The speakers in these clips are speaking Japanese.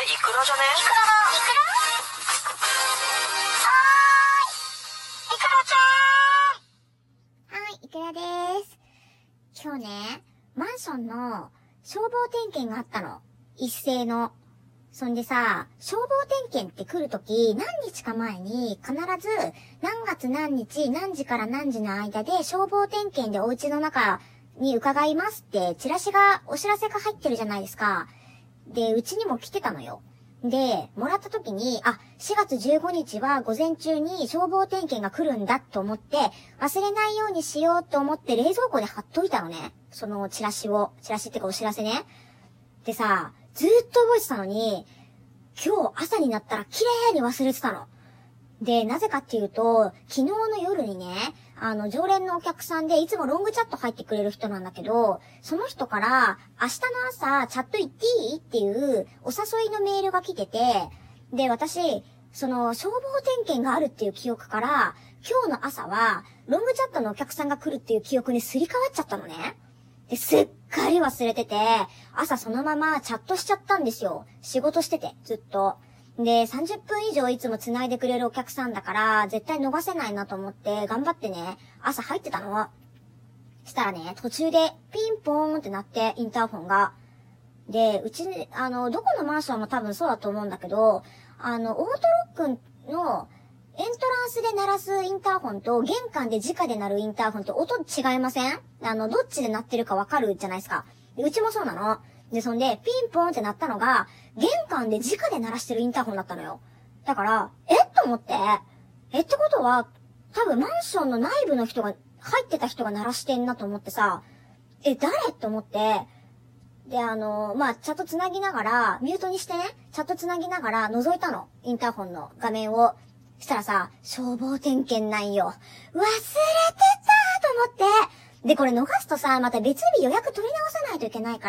れイクラじゃね？ イクラだ。イクラ？はーい、イクラちゃん。はい、イクラです。今日ね、マンションの消防点検があったの。一斉の。そんでさ、消防点検って来るとき、何日か前に必ず何月何日何時から何時の間で消防点検でお家の中に伺いますってお知らせが入ってるじゃないですか。で、うちにも来てたのよ。で、もらったときに、4月15日は午前中に消防点検が来るんだと思って、忘れないようにしようと思って冷蔵庫で貼っといたのね。そのチラシってかお知らせね。でさ、ずーっと覚えてたのに、今日朝になったら綺麗に忘れてたの。で、なぜかっていうと、昨日の夜にね、常連のお客さんでいつもロングチャット入ってくれる人なんだけど、その人から、明日の朝チャット行っていいっていうお誘いのメールが来てて、で、私、その消防点検があるっていう記憶から、今日の朝は、ロングチャットのお客さんが来るっていう記憶にすり替わっちゃったのね。で、すっかり忘れてて、朝そのままチャットしちゃったんですよ。仕事してて、ずっと。で、30分以上いつも繋いでくれるお客さんだから、絶対逃せないなと思って、頑張ってね、朝入ってたの。したらね、途中でピンポーンって鳴って、インターホンが。で、うち、どこのマンションも多分そうだと思うんだけど、オートロックの、エントランスで鳴らすインターホンと玄関で直で鳴るインターホンと音違いません？どっちで鳴ってるかわかるじゃないですか。で、うちもそうなの。で、そんで、ピンポンって鳴ったのが、玄関で直で鳴らしてるインターホンだったのよ。だから、と思って、ってことは、多分マンションの内部の人が、入ってた人が鳴らしてんなと思ってさ、誰と思って、で、チャット繋ぎながら、ミュートにしてね、チャット繋ぎながら覗いたの。インターホンの画面を。したらさ、消防点検なんよ。忘れてたと思って。で、これ逃すとさ、また別日予約取り直さないといけないから、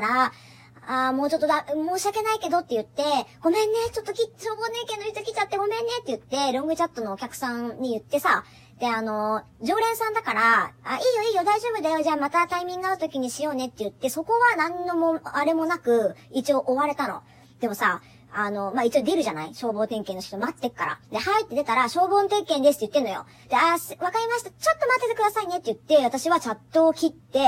もうちょっと申し訳ないけどって言って、ごめんね、ちょっと消防点検の人来ちゃってごめんねって言って、ロングチャットのお客さんに言ってさ、で、常連さんだから、いいよ、大丈夫だよ、じゃあまたタイミング合う時にしようねって言って、そこは何のも、あれもなく、一応終われたの。でもさ、一応出るじゃない？消防点検の人待ってっから。で、はいって出たら、消防点検ですって言ってんのよ。で、わかりました。ちょっと待っててくださいねって言って、私はチャットを切って、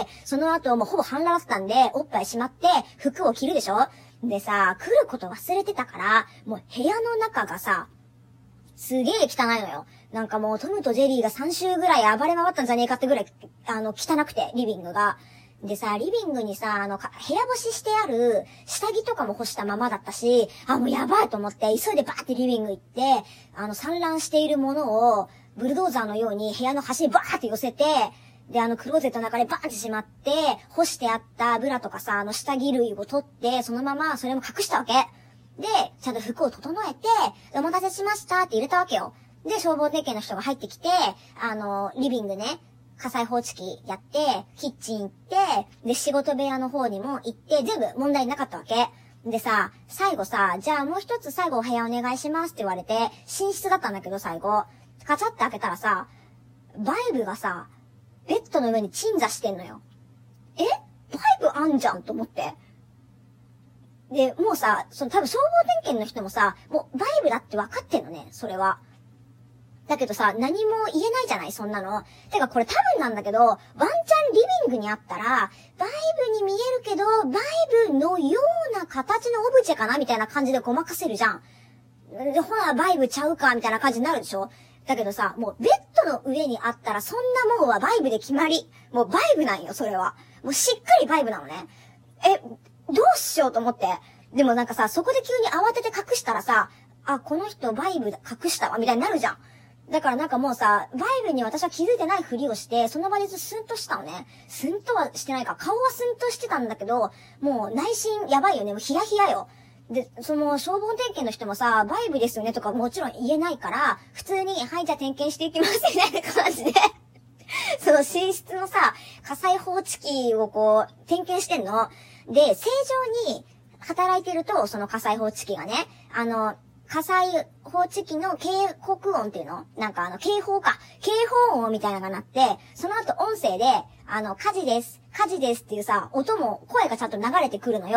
その後もうほぼ半裸だったんで、おっぱいしまって、服を着るでしょ？でさ、来ること忘れてたから、もう部屋の中がさ、すげえ汚いのよ。なんかもうトムとジェリーが3週ぐらい暴れ回ったんじゃねえかってぐらい、汚くて、リビングが。でさ、リビングにさ、部屋干ししてある下着とかも干したままだったし、もうやばいと思って、急いでバーってリビング行って、散乱しているものを、ブルドーザーのように部屋の端にバーって寄せて、で、クローゼットの中でバーンってしまって、干してあったブラとかさ、下着類を取って、そのままそれも隠したわけ。で、ちゃんと服を整えて、お待たせしましたって入れたわけよ。で、消防点検の人が入ってきて、リビングね、火災報知器やって、キッチン行って、で、仕事部屋の方にも行って、全部問題なかったわけ。でさ、最後さ、じゃあもう一つ最後お部屋お願いしますって言われて、寝室だったんだけど最後、カチャって開けたらさ、バイブがさ、ベッドの上に鎮座してんのよ。バイブあんじゃんと思って。で、もうさ、多分消防点検の人もさ、もうバイブだって分かってんのね、それは。だけどさ、何も言えないじゃないそんなの。てかこれ多分なんだけど、ワンチャンリビングにあったら、バイブに見えるけど、バイブのような形のオブジェかなみたいな感じでごまかせるじゃん。で、ほら、バイブちゃうかみたいな感じになるでしょ？だけどさ、もうベッドの上にあったらそんなもんはバイブで決まり。もうバイブなんよ、それは。もうしっかりバイブなのね。どうしようと思って。でもなんかさ、そこで急に慌てて隠したらさ、この人バイブ隠したわ、みたいになるじゃん。だからなんかもうさ、バイブに私は気づいてないふりをして、その場でスンとしたのね。スンとはしてないか。顔はスンとしてたんだけど、もう内心やばいよね。もうヒヤヒヤよ。で、その消防点検の人もさ、バイブですよねとかもちろん言えないから、普通に、はい、じゃあ点検していきますみたいな感じで、その寝室のさ、火災報知器をこう、点検してんの。で、正常に働いてると、その火災報知器がね、火災報知器の警告音っていうのなんか警報音みたいなのが鳴って、その後音声で、火事ですっていうさ、音も、声がちゃんと流れてくるのよ。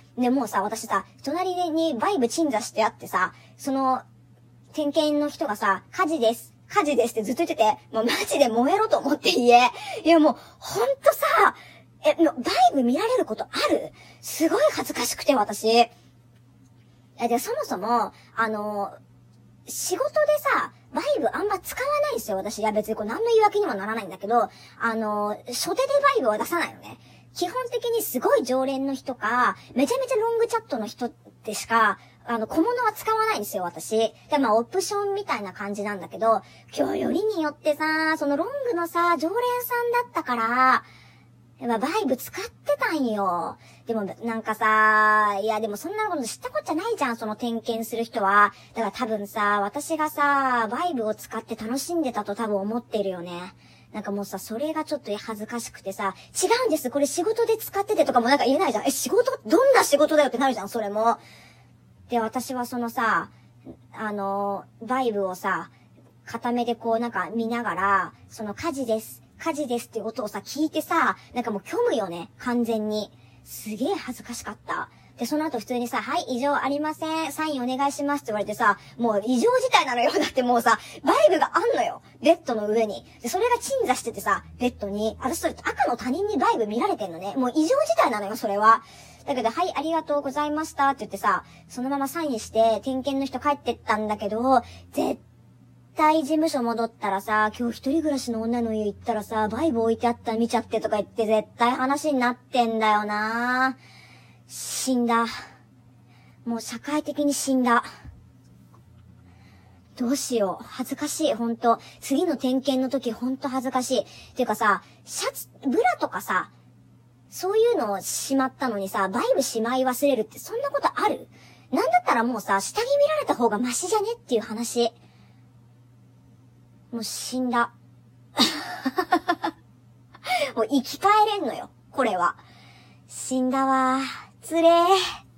で、もうさ、私さ、隣にバイブ鎮座してあってさ、その、点検の人がさ、火事です。火事ですってずっと言ってて、もうマジで燃えろと思って家。いやもう、ほんとさ、バイブ見られることある？すごい恥ずかしくて、私。で、そもそも、仕事でさ、バイブあんま使わないんですよ、私。いや、別にこれ何の言い訳にもならないんだけど、初手でバイブは出さないのね。基本的にすごい常連の人か、めちゃめちゃロングチャットの人でしか、小物は使わないんですよ、私。で、まあ、オプションみたいな感じなんだけど、今日よりによってさ、そのロングのさ、常連さんだったから、バイブ使ってたんよ。でも、なんかさ、いや、でもそんなこと知ったこっちゃないじゃん、その点検する人は。だから多分さ、私がさ、バイブを使って楽しんでたと多分思ってるよね。なんかもうさ、それがちょっと恥ずかしくてさ、違うんです、これ仕事で使っててとかもなんか言えないじゃん。仕事、どんな仕事だよってなるじゃん、それも。で、私はそのさ、バイブをさ、片目でこうなんか見ながら、その火事です。火事ですって音をさ、聞いてさ、なんかもう虚無よね、完全に。すげえ恥ずかしかった。で、その後普通にさ、はい、異常ありません。サインお願いしますって言われてさ、もう異常事態なのよ。だってもうさ、バイブがあんのよ。ベッドの上に。で、それが鎮座しててさ、ベッドに。私それ赤の他人にバイブ見られてんのね。もう異常事態なのよ、それは。だけど、はい、ありがとうございましたって言ってさ、そのままサインして、点検の人帰ってったんだけど、絶対事務所戻ったらさ、今日一人暮らしの女の家行ったらさ、バイブ置いてあった見ちゃってとか言って絶対話になってんだよな。死んだ。もう社会的に死んだ。どうしよう。恥ずかしい、ほんと。次の点検の時ほんと恥ずかしい。ていうかさ、シャツ、ブラとかさ、そういうのをしまったのにさ、バイブしまい忘れるってそんなことある？なんだったらもうさ、下着見られた方がマシじゃねっていう話。もう死んだ。もう生き返れんのよ、これは。死んだわ。つれー。